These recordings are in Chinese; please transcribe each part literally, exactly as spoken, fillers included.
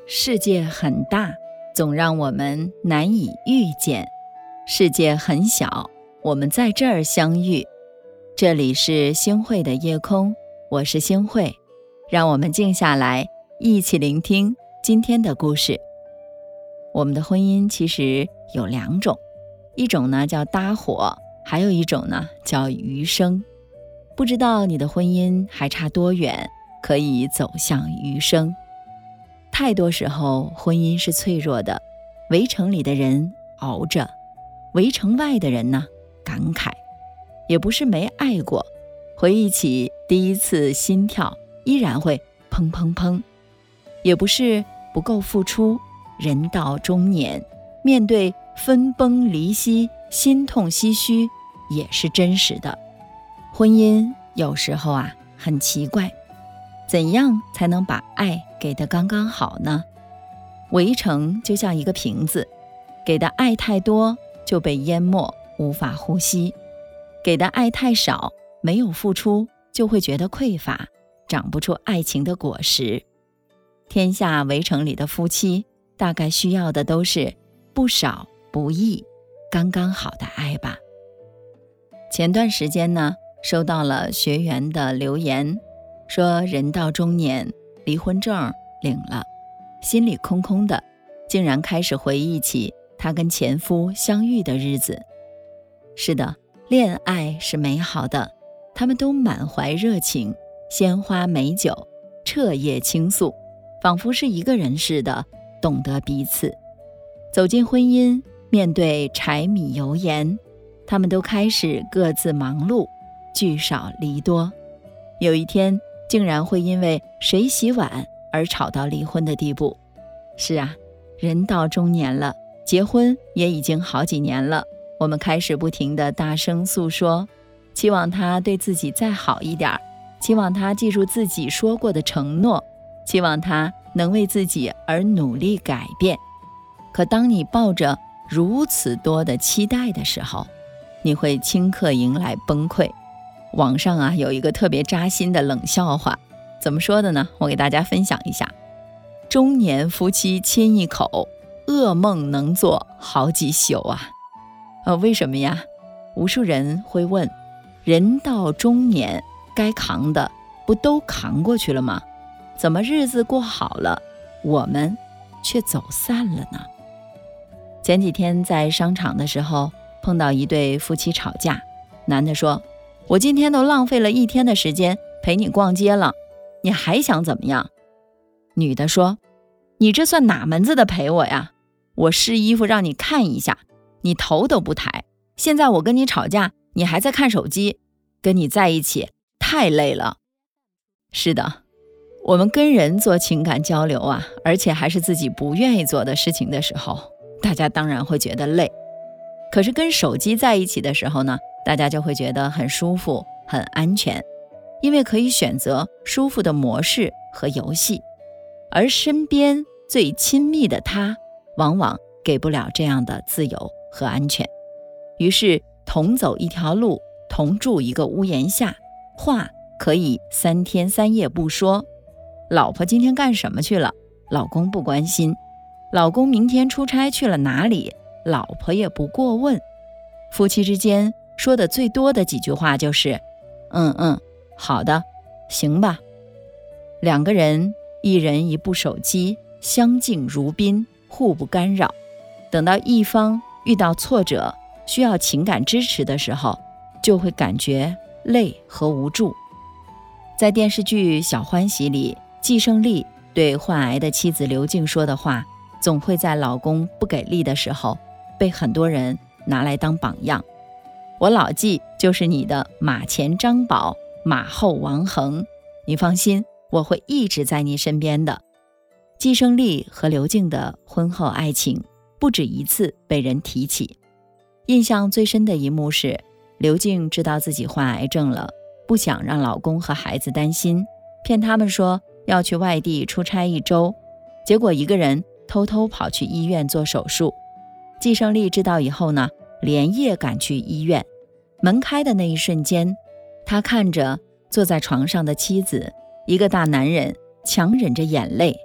世界很大，总让我们难以遇见；世界很小，我们在这儿相遇。这里是星慧的夜空，我是星慧，让我们静下来，一起聆听今天的故事。我们的婚姻其实有两种，一种呢叫搭伙，还有一种呢叫余生。不知道你的婚姻还差多远，可以走向余生。太多时候婚姻是脆弱的，围城里的人熬着，围城外的人呢感慨。也不是没爱过，回忆起第一次心跳依然会砰砰砰。也不是不够付出，人到中年面对分崩离析，心痛唏嘘也是真实的。婚姻有时候啊很奇怪，怎样才能把爱给得刚刚好呢？围城就像一个瓶子，给的爱太多就被淹没，无法呼吸；给的爱太少，没有付出就会觉得匮乏，长不出爱情的果实。天下围城里的夫妻大概需要的都是不少不易刚刚好的爱吧。前段时间呢，收到了学员的留言，说人到中年，离婚证领了，心里空空的，竟然开始回忆起他跟前夫相遇的日子。是的，恋爱是美好的，他们都满怀热情，鲜花美酒，彻夜倾诉，仿佛是一个人似的，懂得彼此。走进婚姻，面对柴米油盐，他们都开始各自忙碌，聚少离多。有一天竟然会因为谁洗碗而吵到离婚的地步。是啊，人到中年了，结婚也已经好几年了，我们开始不停地大声诉说，期望他对自己再好一点，期望他记住自己说过的承诺，期望他能为自己而努力改变。可当你抱着如此多的期待的时候，你会顷刻迎来崩溃。网上啊有一个特别扎心的冷笑话，怎么说的呢？我给大家分享一下。中年夫妻亲一口，噩梦能做好几宿啊。呃，为什么呀？无数人会问，人到中年该扛的不都扛过去了吗？怎么日子过好了，我们却走散了呢？前几天在商场的时候，碰到一对夫妻吵架，男的说，我今天都浪费了一天的时间陪你逛街了，你还想怎么样？女的说，你这算哪门子的陪我呀？我试衣服让你看一下，你头都不抬，现在我跟你吵架，你还在看手机，跟你在一起太累了。是的，我们跟人做情感交流啊，而且还是自己不愿意做的事情的时候，大家当然会觉得累。可是跟手机在一起的时候呢，大家就会觉得很舒服，很安全，因为可以选择舒服的模式和游戏。而身边最亲密的他，往往给不了这样的自由和安全。于是同走一条路，同住一个屋檐下，话可以三天三夜不说。老婆今天干什么去了，老公不关心；老公明天出差去了哪里，老婆也不过问。夫妻之间说的最多的几句话就是嗯嗯，好的，行吧。两个人一人一部手机，相敬如宾，互不干扰。等到一方遇到挫折，需要情感支持的时候，就会感觉累和无助。在电视剧《小欢喜》里，季胜利对患癌的妻子刘静说的话，总会在老公不给力的时候，被很多人拿来当榜样。我老季就是你的马前张宝，马后王恒，你放心，我会一直在你身边的。季胜利和刘静的婚后爱情不止一次被人提起。印象最深的一幕是，刘静知道自己患癌症了，不想让老公和孩子担心，骗他们说要去外地出差一周，结果一个人偷偷跑去医院做手术。季胜利知道以后呢，连夜赶去医院。门开的那一瞬间，他看着坐在床上的妻子，一个大男人强忍着眼泪，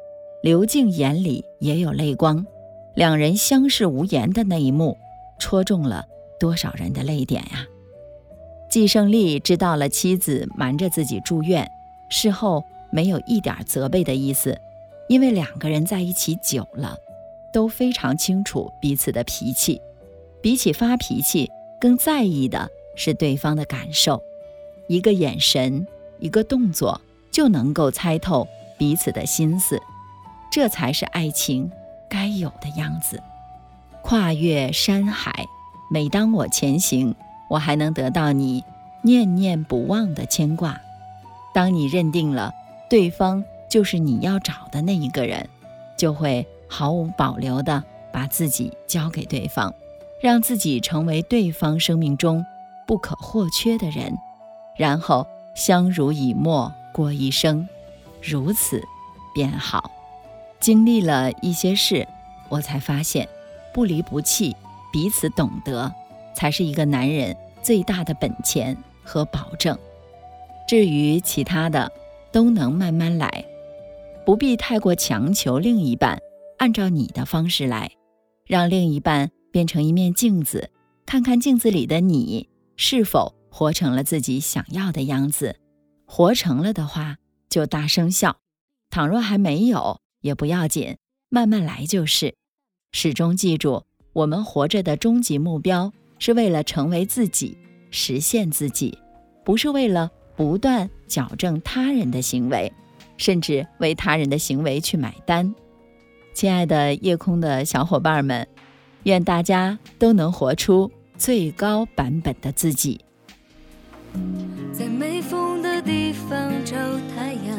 刘静眼里也有泪光，两人相视无言的那一幕，戳中了多少人的泪点呀！季胜利知道了妻子瞒着自己住院，事后没有一点责备的意思，因为两个人在一起久了，都非常清楚彼此的脾气，比起发脾气，更在意的是对方的感受。一个眼神，一个动作，就能够猜透彼此的心思，这才是爱情该有的样子。跨越山海，每当我前行，我还能得到你念念不忘的牵挂。当你认定了对方就是你要找的那一个人，就会毫无保留地把自己交给对方，让自己成为对方生命中不可或缺的人，然后相濡以沫过一生，如此便好。经历了一些事，我才发现不离不弃，彼此懂得，才是一个男人最大的本钱和保证。至于其他的，都能慢慢来，不必太过强求另一半按照你的方式来，让另一半变成一面镜子，看看镜子里的你是否活成了自己想要的样子。活成了的话，就大声笑；倘若还没有，也不要紧，慢慢来就是。始终记住，我们活着的终极目标是为了成为自己，实现自己，不是为了不断矫正他人的行为，甚至为他人的行为去买单。亲爱的夜空的小伙伴们，愿大家都能活出最高版本的自己。 在没风的地方找太阳，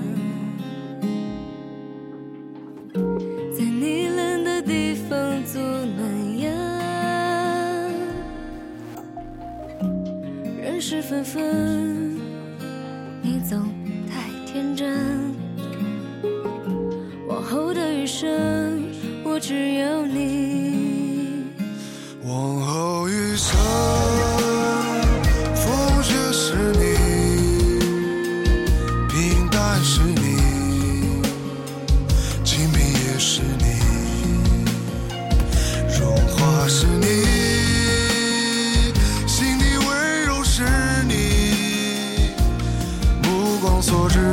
在你冷的地方做暖阳。人事纷纷，你总太天真。往后的余生，我只有你。 往后余生，风雪是你，平淡是你，清贫也是你，荣华是你，心底温柔是你，目光所至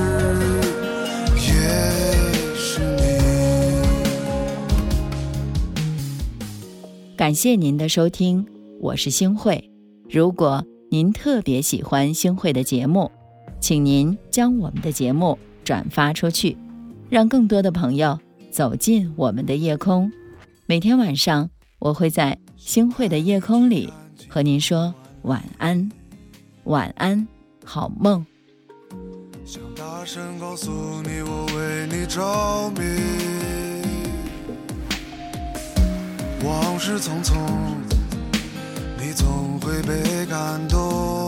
感谢您的收听，我是星慧。如果您特别喜欢星慧的节目，请您将我们的节目转发出去，让更多的朋友走进我们的夜空。每天晚上，我会在星慧的夜空里和您说晚安，晚安，好梦。 想大声告诉你，我为你着迷。往事匆匆，你总会被感动。